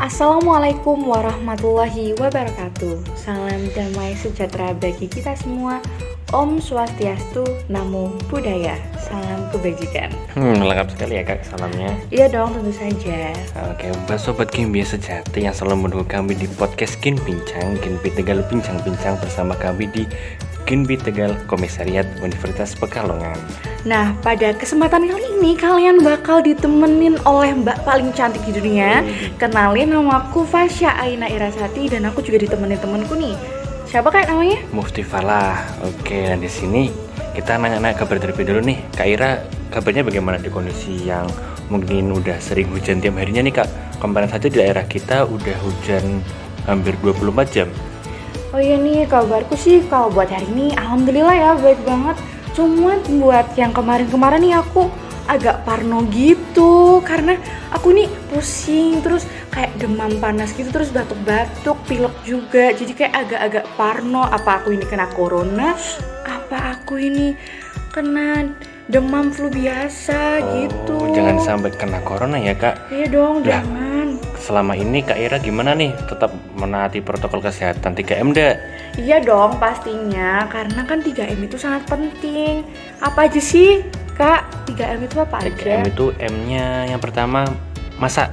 Assalamualaikum warahmatullahi wabarakatuh. Salam damai sejahtera bagi kita semua. Om Swastiastu, Namo Buddhaya. Salam kebajikan. Lengkap sekali ya kak salamnya. Iya dong, tentu saja. Oke, buat sobat Kinbi sejati yang selalu menunggu kami di podcast Kinbincang Tegal bincang-bincang bersama kami di Kinbi Tegal Komisariat Universitas Pekalongan. Nah, pada kesempatan kali ini kalian bakal ditemenin oleh mbak paling cantik di dunia. Kenalin, namaku Fasya Aina Irasati dan aku juga ditemenin temenku nih. Siapa kak namanya? Mufti Falah. Oke, dan di sini kita nanya-nanya kabar terlebih dulu nih. Kak Ira, kabarnya bagaimana di kondisi yang mungkin udah sering hujan tiap harinya nih kak? Kemarin saja di daerah kita udah hujan hampir 24 jam. Oh iya nih, kabarku sih kalau buat hari ini alhamdulillah ya baik banget. Cuma buat yang kemarin-kemarin nih aku agak parno gitu karena aku nih pusing terus kayak demam panas gitu terus batuk-batuk, pilek juga. Jadi kayak agak-agak parno, apa aku ini kena corona? Apa aku ini kena demam flu biasa gitu. Jangan sampai kena corona ya kak. Iya dong, jangan. Selama ini Kak Ira gimana nih? Tetap menaati protokol kesehatan 3M nggak? Iya dong pastinya, karena kan 3M itu sangat penting. Apa aja sih Kak? 3M itu apa aja? 3M itu M-nya yang pertama masak.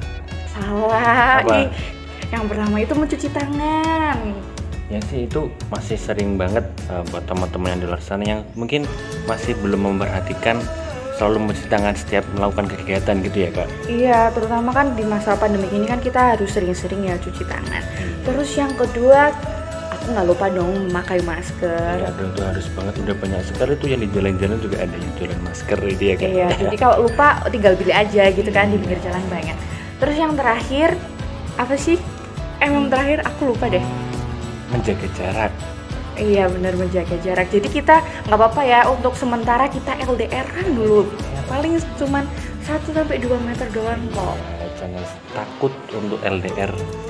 Salah. Apa? Yang pertama itu mencuci tangan. Ya sih itu masih sering banget buat teman-teman yang di luar sana yang mungkin masih belum memperhatikan selalu mencuci tangan setiap melakukan kegiatan gitu ya kak? Iya, terutama kan di masa pandemi ini kan kita harus sering-sering ya cuci tangan. Terus yang kedua, aku nggak lupa dong memakai masker. Iya, itu harus banget. Udah banyak sekali tuh yang di jalan-jalan juga ada yang jualan masker itu ya kak? Iya, jadi kalau lupa tinggal beli aja gitu kan di pinggir jalan banyak. Terus yang terakhir, apa sih? Yang terakhir aku lupa deh. Menjaga jarak. Iya benar, menjaga jarak. Jadi kita nggak apa-apa ya untuk sementara kita LDR-an dulu. Paling cuman 1-2 meter doang kok. Jangan takut untuk LDR.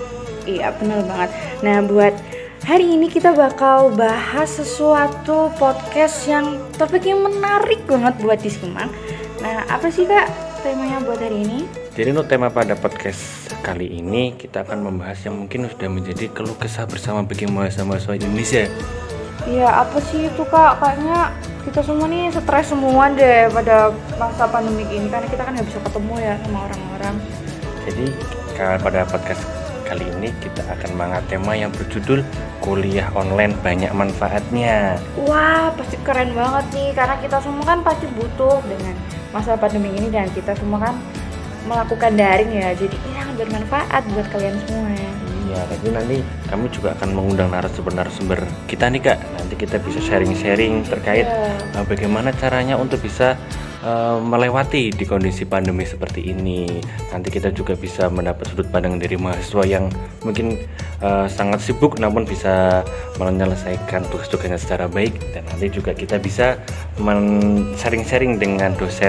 Iya benar banget. Nah buat hari ini kita bakal bahas sesuatu podcast yang topiknya menarik banget buat disimak. Nah apa sih kak temanya buat hari ini? Jadi untuk tema pada podcast kali ini kita akan membahas yang mungkin sudah menjadi keluh kesah bersama bagi mahasiswa Indonesia. Iya apa sih itu kak? Kayaknya kita semua nih stres semua deh pada masa pandemi ini karena kita kan nggak bisa ketemu ya sama orang-orang. Jadi pada podcast kali ini kita akan mengangkat tema yang berjudul kuliah online banyak manfaatnya. Wah pasti keren banget nih karena kita semua kan pasti butuh dengan masa pandemi ini dan kita semua kan melakukan daring ya, jadi sangat bermanfaat buat kalian semua. Iya, tapi nanti kami juga akan mengundang narasumber kita nih kak. Nanti kita bisa sharing-sharing terkait bagaimana caranya untuk bisa melewati di kondisi pandemi seperti ini. Nanti kita juga bisa mendapat sudut pandang dari mahasiswa yang mungkin sangat sibuk namun bisa menyelesaikan tugas-tugasnya secara baik. Dan nanti juga kita bisa sharing-sharing dengan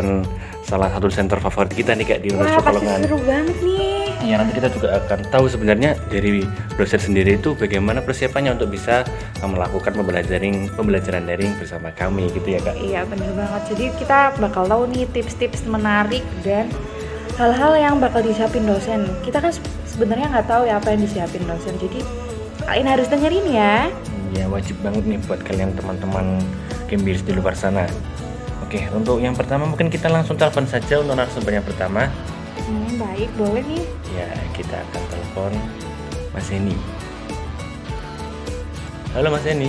salah satu dosen terfavorit kita nih kak di Universitas Pekalongan. Wah, pasti seru banget nih. Ya nanti kita juga akan tahu sebenarnya dari dosen sendiri itu bagaimana persiapannya untuk bisa melakukan pembelajaran daring bersama kami gitu ya kak. Iya benar banget. Jadi kita bakal tahu nih tips-tips menarik dan hal-hal yang bakal disiapin dosen. Kita kan sebenarnya nggak tahu ya apa yang disiapin dosen. Jadi kalian harus dengerin ya. Ya wajib banget nih buat kalian teman-teman Kimbirs di luar sana. Oke, untuk yang pertama mungkin kita langsung telepon saja untuk narasumber yang pertama. Baik, boleh nih. Ya, kita akan telepon Mas Eni. Halo Mas Eni.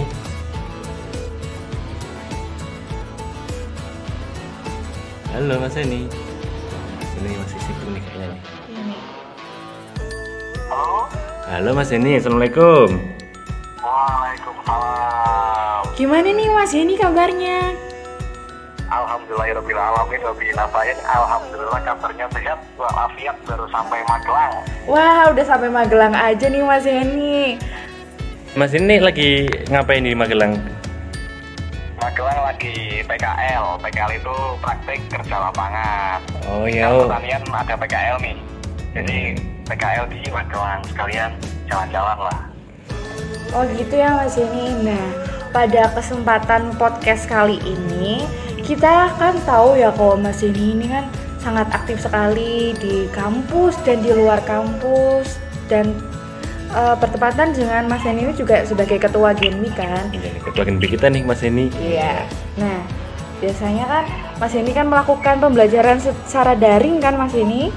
Halo Mas Eni. Ini masih sibuk nih kayaknya nih. Iya nih. Halo. Halo Mas Eni, Assalamualaikum. Waalaikumsalam. Gimana nih Mas Eni kabarnya? Alhamdulillahirabbil alamin wa bihi nasta'in. Alhamdulillah kabarnya sehat walafiat, baru sampai Magelang. Wah, udah sampai Magelang aja nih Mas Eni. Mas Eni lagi ngapain di Magelang? Magelang lagi PKL. PKL itu praktik kerja lapangan. Oh iya. Pertanian ada PKL nih. Jadi PKL di Magelang sekalian jalan-jalan lah. Oh gitu ya Mas Eni. Nah, pada kesempatan podcast kali ini kita kan tahu ya kalau Mas Eni ini kan sangat aktif sekali di kampus dan di luar kampus. dan bertepatan dengan Mas Henny ini juga sebagai ketua Genbi kan. Iya, ketua Genbi kita nih Mas Henny. Iya. Nah, biasanya kan Mas Henny kan melakukan pembelajaran secara daring kan Mas Henny?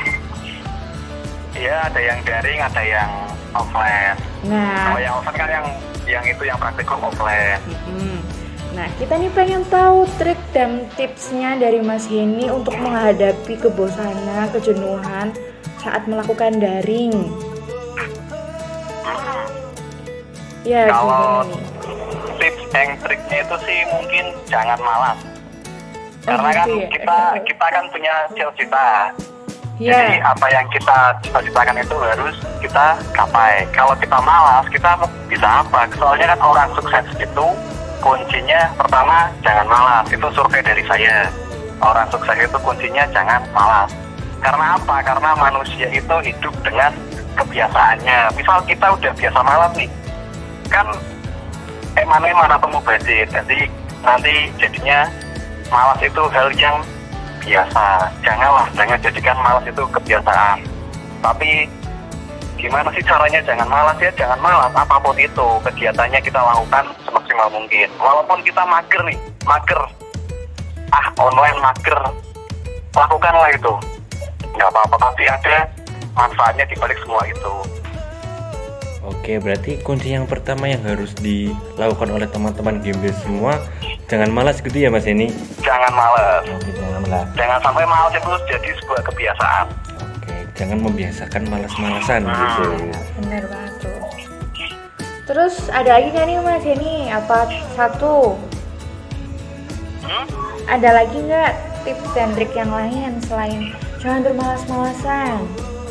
Iya, ada yang daring, ada yang offline. Nah, Kalau yang offline kan yang itu yang praktikum offline. Nah, kita nih pengen tahu trik dan tipsnya dari Mas Henny untuk menghadapi kebosanan, kejenuhan saat melakukan daring. Ya, Kalau gimana nih? tips and triknya itu sih mungkin jangan malas. Karena kan gitu ya? kita kan punya cita-cita. Ya. Jadi apa yang kita cita-citakan itu harus kita capai. Kalau kita malas, kita bisa apa? Soalnya kan orang sukses itu kuncinya pertama jangan malas. Itu survei dari saya. Orang sukses itu kuncinya jangan malas. Karena apa? Karena manusia itu hidup dengan kebiasaannya. Misal kita udah biasa malas nih, kan eman-eman atau mubazir. Jadi nanti jadinya malas itu hal yang biasa. Jangan jadikan malas itu kebiasaan. Tapi gimana sih caranya jangan malas ya? Jangan malas apapun itu kegiatannya kita lakukan semaksimal mungkin. Walaupun kita mager, online mager, lakukanlah itu. Nggak apa-apa, pasti ada manfaatnya di balik semua itu. Oke, berarti kunci yang pertama yang harus dilakukan oleh teman-teman Genbi semua, jangan malas gitu ya Mas Henny? Jangan malas. Oke, jangan malas. Jangan sampai malas itu jadi sebuah kebiasaan. Oke, jangan membiasakan malas-malasan gitu. Bener banget tuh. Terus ada lagi nggak nih Mas Henny? Apa satu? Ada lagi nggak tips dan trik yang lain selain jangan bermalas-malasan?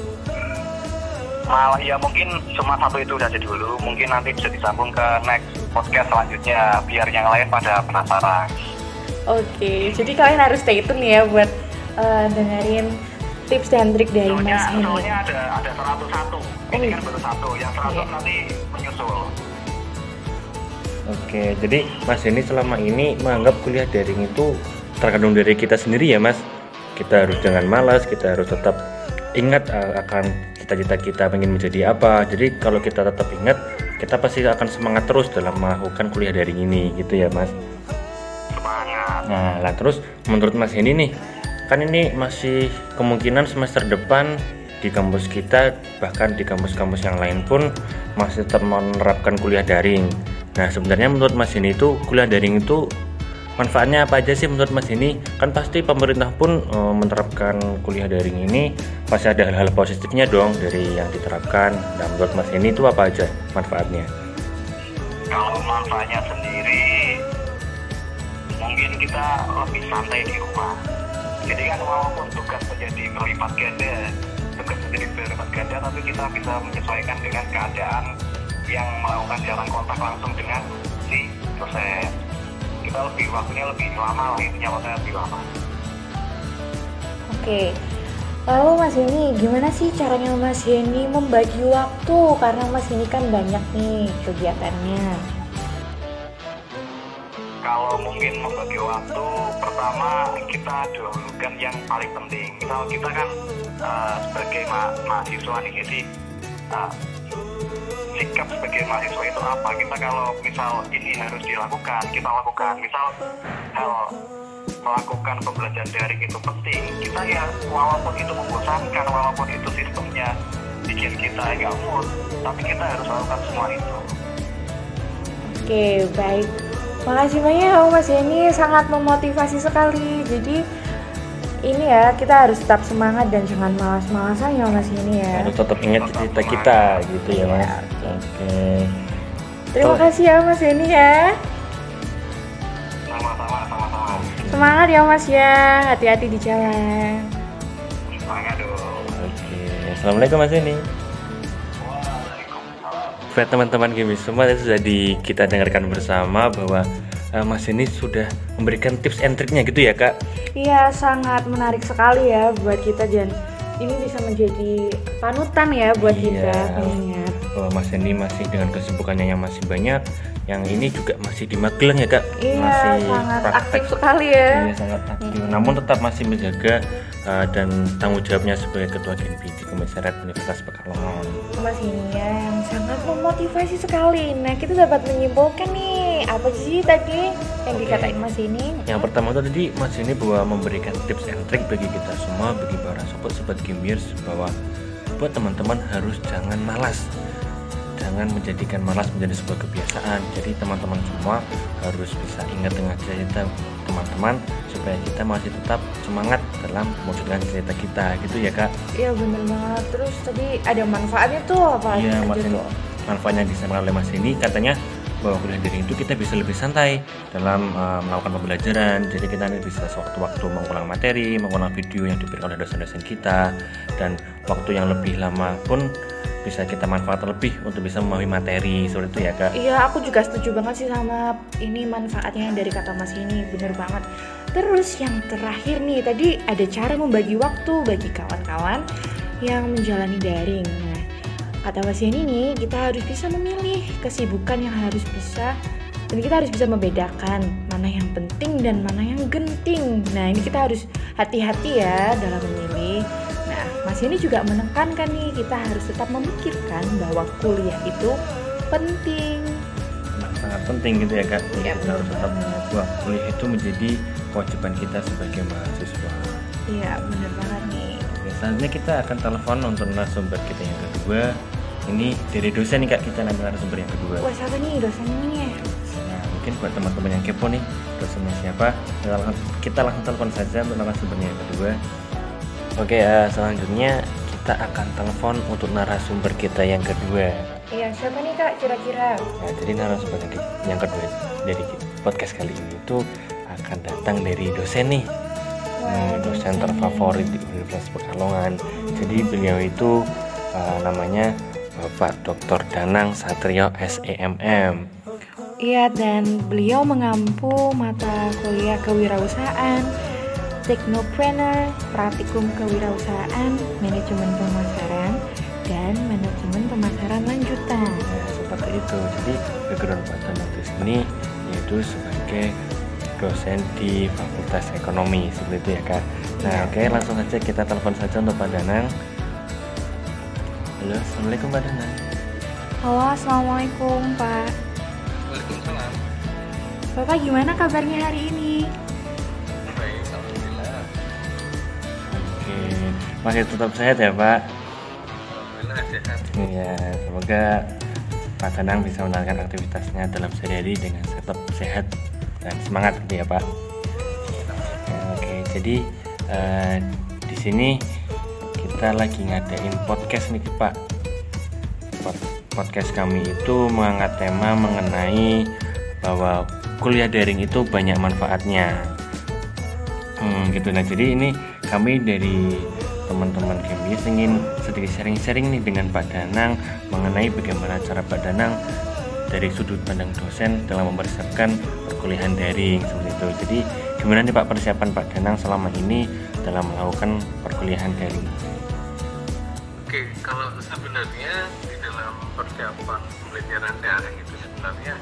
Ya mungkin cuma satu itu saja dulu. Mungkin nanti bisa disambung ke next podcast selanjutnya biar yang lain pada penasaran. Oke, jadi kalian harus stay tune ya buat dengerin tips dan trik dari Mas Henny. Soalnya ada 101. Ini kan baru satu, yang 100 nanti menyusul. Oke, jadi Mas Henny selama ini menganggap kuliah daring itu tergantung dari kita sendiri ya Mas. Kita harus jangan malas, kita harus tetap ingat akan cita-cita kita ingin menjadi apa. Jadi kalau kita tetap ingat, kita pasti akan semangat terus dalam melakukan kuliah daring ini gitu ya Mas. Semangat. Nah, lah terus menurut Mas Henny nih, kan ini masih kemungkinan semester depan di kampus kita, bahkan di kampus-kampus yang lain pun masih tetap menerapkan kuliah daring. Nah, sebenarnya menurut Mas Henny itu kuliah daring itu manfaatnya apa aja sih menurut Mas Henny? Kan pasti pemerintah pun menerapkan kuliah daring ini pasti ada hal-hal positifnya dong dari yang diterapkan. Nah, menurut Mas Henny itu apa aja manfaatnya? Kalau manfaatnya sendiri, mungkin kita lebih santai di rumah. Jadi kan walaupun tugas menjadi berlipat ganda, tapi kita bisa menyesuaikan dengan keadaan yang melakukan jalan kontak langsung dengan si dosen. Kita waktunya lebih lama, intinya waktunya lebih lama. Oke. Lalu Mas Henny, gimana sih caranya Mas Henny membagi waktu? Karena Mas Henny kan banyak nih kegiatannya. Kalau mungkin membagi waktu, pertama kita dahulukan yang paling penting. Misal kita kan sebagai mahasiswa nih, jadi sikap sebagai mahasiswa itu apa? Kita kalau misal ini harus dilakukan, kita lakukan. Misal hal melakukan pembelajaran daring itu penting, kita ya walaupun itu membosankan, walaupun itu sistemnya bikin kita nggak mood, tapi kita harus lakukan semua itu. Oke, baik. Makasih banyak Mas Henny, sangat memotivasi sekali. Jadi ini ya, kita harus tetap semangat dan jangan malas-malasan ya Mas Henny ya. Harus tetap ingat cita kita gitu ya Mas. Oke. Terima kasih ya Mas Henny ya. Sama-sama. Semangat ya Mas ya, hati-hati di jalan. Semangat dong. Oke. Assalamualaikum Mas Henny. Buat teman-teman Genbi semua, itu sudah kita dengarkan bersama bahwa Mas Henny sudah memberikan tips and triknya gitu ya Kak. Iya, sangat menarik sekali ya buat kita dan ini bisa menjadi panutan ya buat kita pengingat. bahwa Mas Hendy masih dengan kesibukannya yang masih banyak, yang ini juga masih di Magelang ya Kak? Iya, masih sangat praktek. aktif sekali ya. Iya, sangat aktif. Namun tetap masih menjaga dan tanggung jawabnya sebagai Ketua Genpi di Komisariat Universitas Pekalongan. Mas ini ya yang sangat memotivasi sekali. Nah, kita dapat menyimpulkan nih apa sih tadi yang dikatain Mas ini? Yang pertama itu tadi Mas ini bahwa memberikan tips and trick bagi kita semua, bagi para sobat gamers, bahwa buat teman-teman harus jangan malas. Jangan menjadikan malas menjadi sebuah kebiasaan. Jadi teman-teman semua harus bisa ingat dengan cerita teman-teman supaya kita masih tetap semangat dalam mewujudkan cerita kita, gitu ya Kak? Iya bener banget. Terus tadi ada manfaatnya tuh apa? Iya, aja Mas ini tuh? manfaatnya disampaikan oleh Mas ini katanya bahwa kuliah daring itu kita bisa lebih santai dalam melakukan pembelajaran. Jadi kita bisa sewaktu-waktu mengulang materi, mengulang video yang diberikan oleh dosen-dosen kita, dan waktu yang lebih lama pun bisa kita manfaatkan lebih untuk bisa memahami materi, seperti itu ya Kak? Iya, aku juga setuju banget sih sama ini manfaatnya dari kata Mas ini, bener banget. Terus yang terakhir nih, tadi ada cara membagi waktu bagi kawan-kawan yang menjalani daring. Nah, kata Mas ini nih, kita harus bisa memilih kesibukan yang harus bisa, dan kita harus bisa membedakan mana yang penting dan mana yang genting. Nah, ini kita harus hati-hati ya dalam memilih. Nah, Mas ini juga menekankan nih, kita harus tetap memikirkan bahwa kuliah itu penting. Sangat penting gitu ya Kak. Iya, Kita harus tetap benar. bahwa kuliah itu menjadi kewajiban kita sebagai mahasiswa. Iya, bener banget nih. Oke, selanjutnya kita akan telepon untuk narasumber kita yang kedua. Ini dari dosen nih Kak, kita nanti narasumber yang kedua. Wah, siapa nih dosennya nih? Nah, mungkin buat teman-teman yang kepo nih, dosennya siapa? Kita langsung telepon saja untuk narasumbernya yang kedua. Oke, selanjutnya kita akan telepon untuk narasumber kita yang kedua. Iya, siapa nih Kak kira-kira? Nah, jadi narasumber yang kedua dari podcast kali ini itu akan datang dari dosen nih. Dosen terfavorit di Universitas Pekalongan. Jadi beliau itu namanya Bapak Dr. Danang Satrio SEMM. Iya, dan beliau mengampu mata kuliah kewirausahaan, teknopreneur, praktikum kewirausahaan, manajemen pemasaran, dan manajemen pemasaran lanjutan. Nah, seperti itu. Jadi background Pak Danang di sini yaitu sebagai dosen di Fakultas Ekonomi, seperti itu ya Kak. Nah, oke, langsung saja kita telepon saja untuk Pak Danang. Halo, assalamualaikum Pak Danang. Halo, assalamualaikum Pak. Waalaikumsalam. Bapak gimana kabarnya hari ini? Baik, alhamdulillah. Oke, masih tetap sehat ya Pak? Alhamdulillah sehat. Iya, semoga Pak Danang bisa menjalankan aktivitasnya dalam sehari-hari dengan tetap sehat dan semangat gitu ya Pak. Ya, oke, jadi di sini kita lagi ngadain podcast nih Pak. Podcast kami itu mengangkat tema mengenai bahwa kuliah daring itu banyak manfaatnya. Gitu. Nah, jadi ini kami dari teman-teman Gamis ingin sedikit sharing-sharing nih dengan Pak Danang mengenai bagaimana cara Pak Danang dari sudut pandang dosen dalam mempersiapkan perkuliahan daring seperti itu. Jadi gimana nih Pak persiapan Pak Danang selama ini dalam melakukan perkuliahan daring? Oke, kalau sebenarnya di dalam persiapan pembelajaran daring itu sebenarnya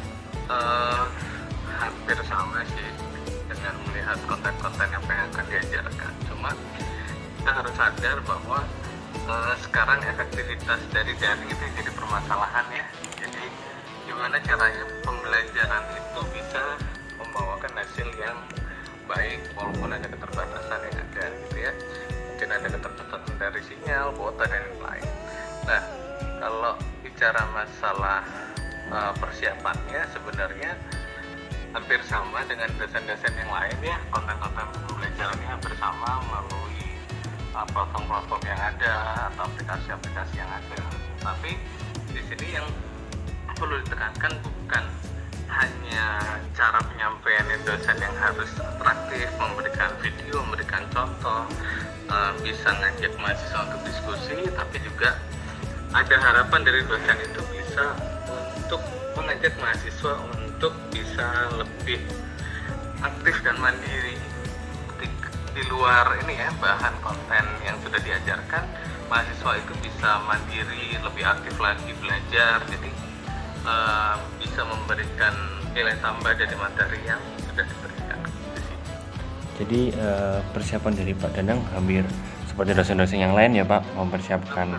hampir sama sih dengan melihat konten-konten yang akan diajarkan. Cuma kita harus sadar bahwa sekarang efektivitas dari daring itu jadi permasalahan ya. Jadi gimana caranya pembelajaran itu bisa membawakan hasil yang baik walaupun ada keterbatasan yang ada gitu ya. Mungkin ada keterbatasan dari sinyal, kuota dan lain-lain. Nah, kalau bicara masalah persiapannya sebenarnya hampir sama dengan dosen-dosen yang lain ya. Konten-konten pembelajarannya hampir sama melalui platform-platform yang ada atau aplikasi-aplikasi yang ada. Tapi di sini yang perlu ditekankan bukan hanya cara penyampaian dosen yang harus atraktif, memberikan video, memberikan contoh, bisa ngajak mahasiswa untuk diskusi, tapi juga ada harapan dari dosen itu bisa untuk mengajak mahasiswa untuk bisa lebih aktif dan mandiri di luar ini ya, bahan konten yang sudah diajarkan, mahasiswa itu bisa mandiri, lebih aktif lagi belajar, jadi bisa memberikan nilai tambah dari materi yang sudah diberikan. Jadi persiapan dari Pak Danang hampir seperti dosen-dosen yang lain ya Pak, mempersiapkan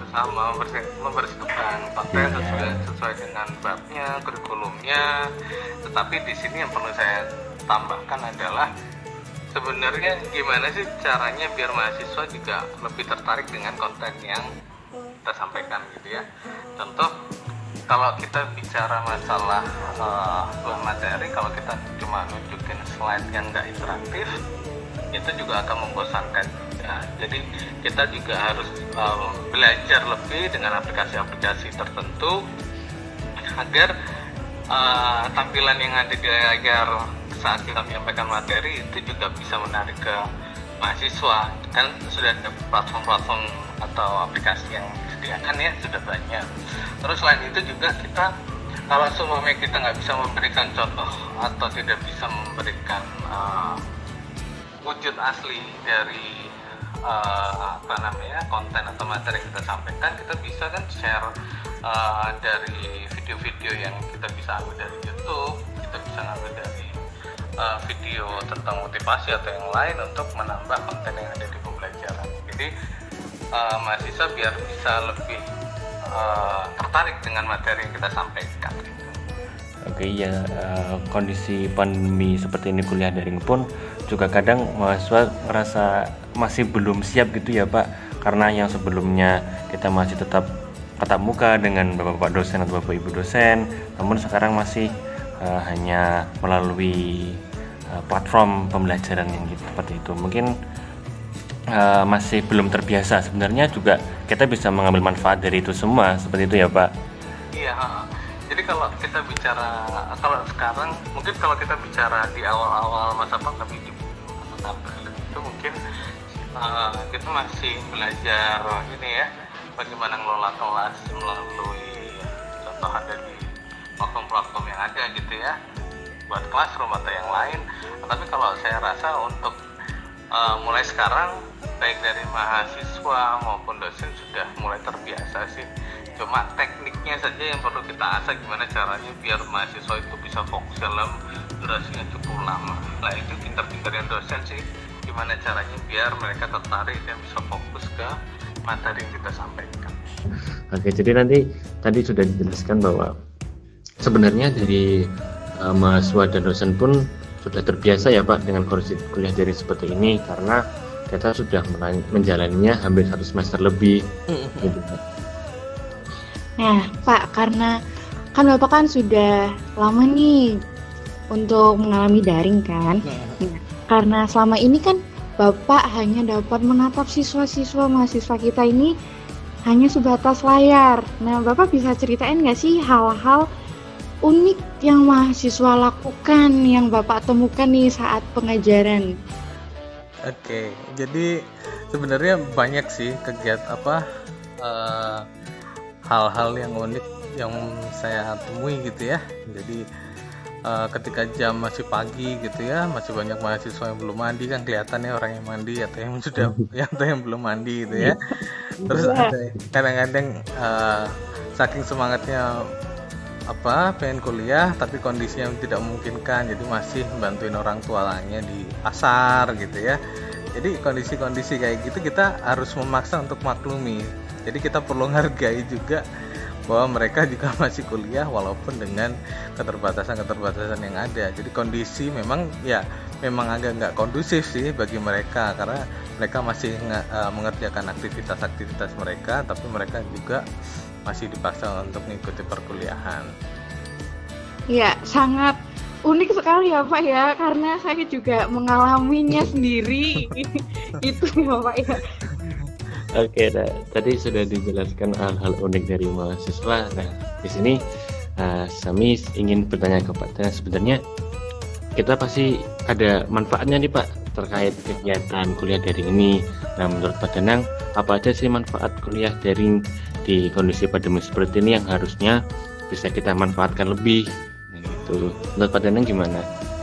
pakai sesuai dengan babnya, kurikulumnya. Tetapi di sini yang perlu saya tambahkan adalah sebenarnya gimana sih caranya biar mahasiswa juga lebih tertarik dengan konten yang kita sampaikan gitu ya. Contoh, kalau kita bicara masalah materi, kalau kita cuma nunjukin slide yang nggak interaktif, itu juga akan membosankan. Jadi kita juga harus belajar lebih dengan aplikasi-aplikasi tertentu agar tampilan yang ada di layar saat kita menyampaikan materi itu juga bisa menarik ke mahasiswa. Kan sudah ada platform-platform atau aplikasi yang disediakan ya, sudah banyak. Terus selain itu juga kita, kalau semuanya kita nggak bisa memberikan contoh atau tidak bisa memberikan wujud asli dari konten atau materi yang kita sampaikan, kita bisa kan share dari video-video yang kita bisa ambil dari YouTube, kita bisa ambil dari video tentang motivasi atau yang lain untuk menambah konten yang ada di pembelajaran. Jadi mahasiswa biar bisa lebih tertarik dengan materi yang kita sampaikan. Oke ya, kondisi pandemi seperti ini kuliah daring pun juga kadang mahasiswa merasa masih belum siap gitu ya Pak, karena yang sebelumnya kita masih tetap tatap muka dengan bapak-bapak dosen atau bapak ibu dosen, namun sekarang masih hanya melalui platform pembelajaran yang gitu, seperti itu. Mungkin masih belum terbiasa. Sebenarnya juga kita bisa mengambil manfaat dari itu semua, seperti itu ya Pak. Iya. Jadi kalau kita bicara, kalau sekarang mungkin kalau kita bicara di awal-awal masa pandemi di April itu mungkin kita masih belajar ini ya, bagaimana ngelola kelas melalui contoh ada di platform-platform yang ada gitu ya, buat classroom atau yang lain. Tapi kalau saya rasa untuk mulai sekarang baik dari mahasiswa maupun dosen sudah mulai terbiasa sih. Cuma tekniknya saja yang perlu kita asah, gimana caranya biar mahasiswa itu bisa fokus dalam durasinya cukup lama. Nah itu pintar-pintarnya dosen sih, gimana caranya biar mereka tertarik dan bisa fokus ke materi yang kita sampaikan. Oke, jadi nanti tadi sudah dijelaskan bahwa sebenarnya dari mahasiswa dan dosen pun sudah terbiasa ya Pak dengan kuliah daring seperti ini, karena kita sudah menjalaninya hampir 1 semester lebih gitu. Nah Pak, karena kan Bapak kan sudah lama nih untuk mengalami daring kan. Nah, karena selama ini kan Bapak hanya dapat menatap siswa-siswa mahasiswa kita ini hanya sebatas layar. Nah Bapak bisa ceritain nggak sih hal-hal unik yang mahasiswa lakukan, yang Bapak temukan nih saat pengajaran? Oke, jadi sebenarnya banyak sih kegiatan hal-hal yang unik yang saya temui gitu ya. Jadi ketika jam masih pagi gitu ya, masih banyak mahasiswa yang belum mandi, kan kelihatannya orang yang mandi atau yang sudah atau yang belum mandi gitu ya. Terus ada kadang-kadang saking semangatnya pengen kuliah tapi kondisinya tidak memungkinkan, jadi masih bantuin orang tuanya di pasar gitu ya. Jadi kondisi-kondisi kayak gitu kita harus memaksa untuk maklumi. Jadi kita perlu menghargai juga bahwa mereka juga masih kuliah walaupun dengan keterbatasan yang ada. Jadi kondisi memang agak nggak kondusif sih bagi mereka, karena mereka masih mengerjakan aktivitas mereka, tapi mereka juga masih dipaksa untuk mengikuti perkuliahan. Ya, sangat unik sekali ya Pak ya, karena saya juga mengalaminya sendiri. Itu ya Pak ya. Oke, tadi sudah dijelaskan hal-hal unik dari mahasiswa. Nah, di sini kami ingin bertanya kepada, sebenarnya kita pasti ada manfaatnya nih Pak terkait kegiatan kuliah daring ini. Nah, menurut Pak Danang, apa aja sih manfaat kuliah daring di kondisi pandemi seperti ini yang harusnya bisa kita manfaatkan lebih? Nah, gitu. Menurut Pak Danang gimana?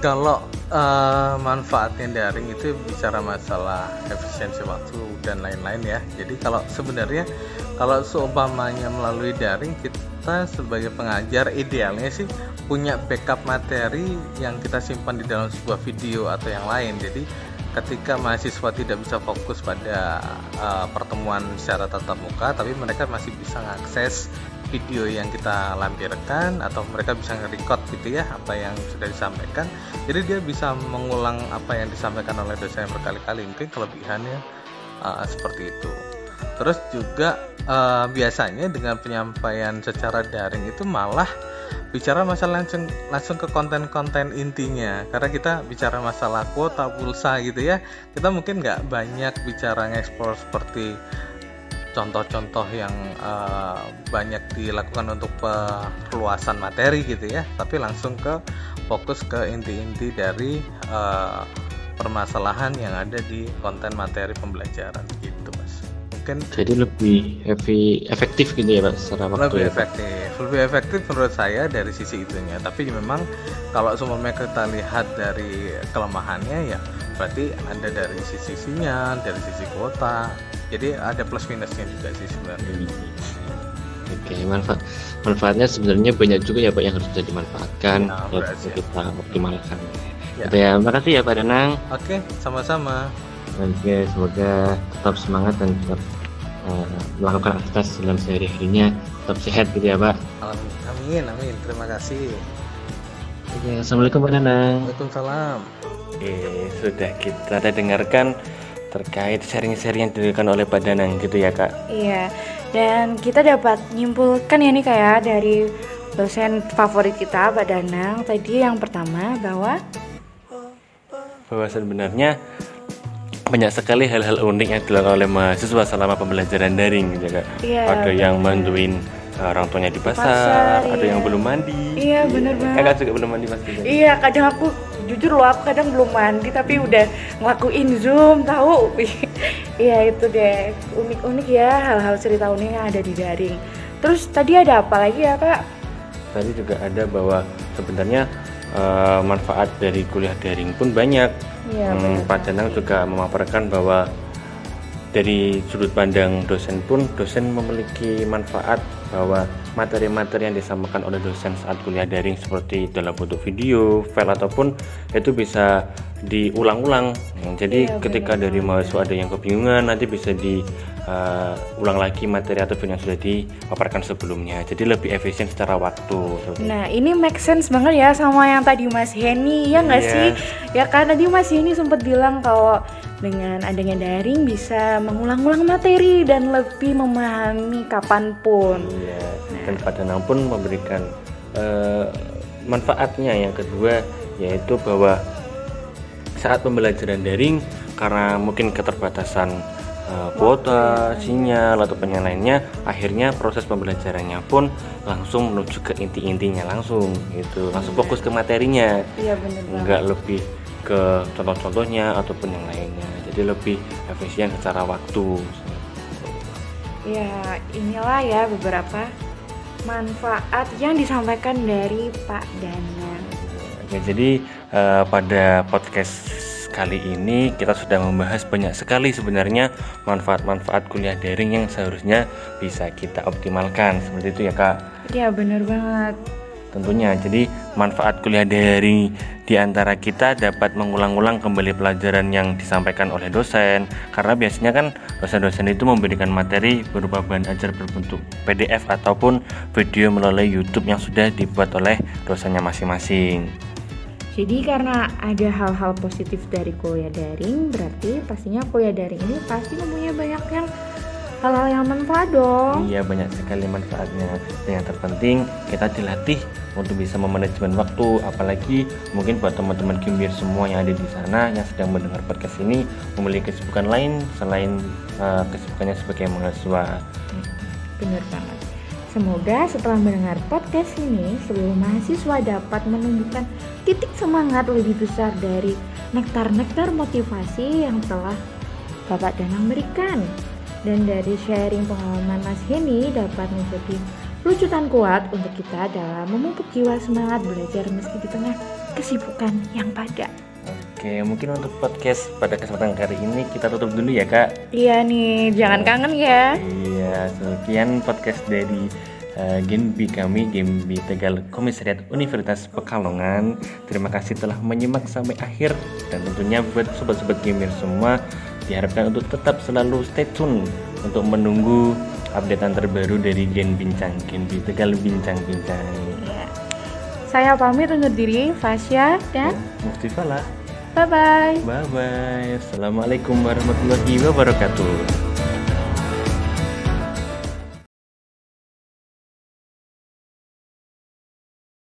Kalau manfaatnya daring itu bicara masalah efisiensi waktu dan lain-lain ya. Jadi kalau sebenarnya kalau seumpamanya melalui daring, kita sebagai pengajar idealnya sih punya backup materi yang kita simpan di dalam sebuah video atau yang lain. Jadi ketika mahasiswa tidak bisa fokus pada pertemuan secara tatap muka, tapi mereka masih bisa mengakses video yang kita lampirkan, atau mereka bisa nge-record gitu ya apa yang sudah disampaikan. Jadi dia bisa mengulang apa yang disampaikan oleh dosen berkali-kali. Mungkin kelebihannya seperti itu. Terus juga biasanya dengan penyampaian secara daring itu malah bicara masalah langsung ke konten-konten intinya, karena kita bicara masalah kuota, pulsa gitu ya. Kita mungkin nggak banyak bicara nge-explore seperti contoh-contoh yang banyak dilakukan untuk perluasan materi gitu ya, tapi langsung ke fokus ke inti-inti dari permasalahan yang ada di konten materi pembelajaran gitu Mas. Mungkin jadi lebih efektif gitu ya Pak secara waktu. Lebih efektif menurut saya dari sisi itunya. Tapi memang kalau semuanya kita lihat dari kelemahannya ya berarti ada dari sisi sinyal, dari sisi kuota. Jadi ada plus minusnya juga sih sebenarnya. Oke, manfaatnya sebenarnya banyak juga ya Pak yang harus bisa dimanfaatkan ya, kita optimalkan. Ya. Ya, makasih ya Pak Danang. Oke, sama-sama. Oke, semoga tetap semangat dan tetap melakukan aktivitas dalam sehari-harinya, tetap sehat gitu ya Pak. Amin. Terima kasih. Oke, assalamualaikum Pak Danang. Waalaikumsalam. Oke, sudah kita dengarkan terkait sharing-sharing yang diberikan oleh Pak Danang gitu ya Kak. Iya, dan kita dapat menyimpulkan ya nih kayak dari dosen favorit kita Pak Danang tadi yang pertama bahwa sebenarnya banyak sekali hal-hal unik yang dilakukan oleh mahasiswa selama pembelajaran daring gitu Kak. Iya, ada yang bantuin orang tuanya di pasar, ada yang belum mandi. Iya, benar banget. Kakak juga belum mandi pasti. Iya, kadang aku jujur loh, aku kadang belum mandi tapi udah ngelakuin Zoom tahu. Iya itu deh, unik-unik ya hal-hal cerita unik yang ada di daring. Terus tadi ada apa lagi ya Kak? Tadi juga ada bahwa sebenarnya manfaat dari kuliah daring pun banyak. Iya, Pak Danang juga memaparkan bahwa dari sudut pandang dosen pun, dosen memiliki manfaat bahwa materi-materi yang disampaikan oleh dosen saat kuliah daring seperti dalam bentuk video, file ataupun itu bisa diulang-ulang. Jadi ketika dari mahasiswa ada yang kebingungan, nanti bisa diulang lagi materi atau yang sudah dipaparkan sebelumnya. Jadi lebih efisien secara waktu. Nah ini make sense banget ya sama yang tadi Mas Henny, ya nggak sih? Ya kan tadi Mas Henny sempat bilang kalau dengan adanya daring bisa mengulang-ulang materi dan lebih memahami kapanpun. Iya. Dan Pak Danang pun memberikan manfaatnya yang kedua, yaitu bahwa saat pembelajaran daring karena mungkin keterbatasan kuota, sinyal ataupun yang lainnya, akhirnya proses pembelajarannya pun langsung menuju ke inti-intinya langsung gitu, langsung fokus ke materinya. Iya benar banget. Enggak lebih ke contoh-contohnya ataupun yang lainnya, jadi lebih efisien secara waktu. Ya inilah ya beberapa manfaat yang disampaikan dari Pak Danang. Ya, jadi pada podcast kali ini kita sudah membahas banyak sekali sebenarnya manfaat-manfaat kuliah daring yang seharusnya bisa kita optimalkan, seperti itu ya Kak. Iya benar banget. Tentunya, jadi manfaat kuliah daring di antara kita dapat mengulang-ulang kembali pelajaran yang disampaikan oleh dosen, karena biasanya kan dosen-dosen itu memberikan materi berupa bahan ajar berbentuk PDF ataupun video melalui YouTube yang sudah dibuat oleh dosennya masing-masing. Jadi karena ada hal-hal positif dari kuliah daring, berarti pastinya kuliah daring ini pasti mempunyai banyak hal-hal yang manfaat dong. Iya, banyak sekali manfaatnya. Dan yang terpenting kita dilatih untuk bisa memanajemen waktu, apalagi mungkin buat teman-teman Gimbir semua yang ada di sana yang sedang mendengar podcast ini memiliki kesibukan lain selain kesibukannya sebagai mahasiswa. Benar banget. Semoga setelah mendengar podcast ini, seluruh mahasiswa dapat menumbuhkan titik semangat lebih besar dari nektar-nektar motivasi yang telah Bapak Danang berikan. Dan dari sharing pengalaman Mas Henny dapat menjadi lucutan kuat untuk kita dalam memupuk jiwa semangat belajar meski di tengah kesibukan yang padat. Oke, mungkin untuk podcast pada kesempatan kali ini kita tutup dulu ya Kak. Iya nih, jangan kangen ya. Iya, sekian podcast dari Genbi kami, Genbi Tegal Komisariat Universitas Pekalongan. Terima kasih telah menyimak sampai akhir. Dan tentunya buat sobat-sobat gamer semua, diharapkan untuk tetap selalu stay tune untuk menunggu updatean terbaru dari Gen Bincang, Genbi Tegal Bincang-Bincang. Ya. Saya pamit undur diri, Fasya dan Mustifa lah. bye-bye. Bye-bye. Assalamualaikum warahmatullahi wabarakatuh.